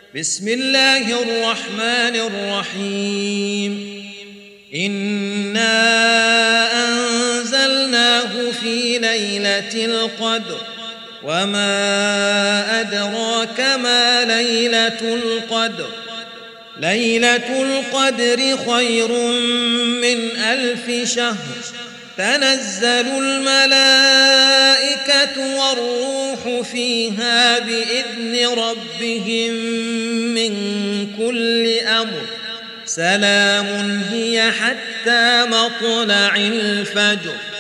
بسم الله الرحمن الرحيم إنا أنزلناه في ليلة القدر وما أدراك ما ليلة القدر ليلة القدر خير من 1000 شهر تنزل الملائكة والروح فيها بإذن ربهم من كل أمر سلام هي حتى مطلع الفجر.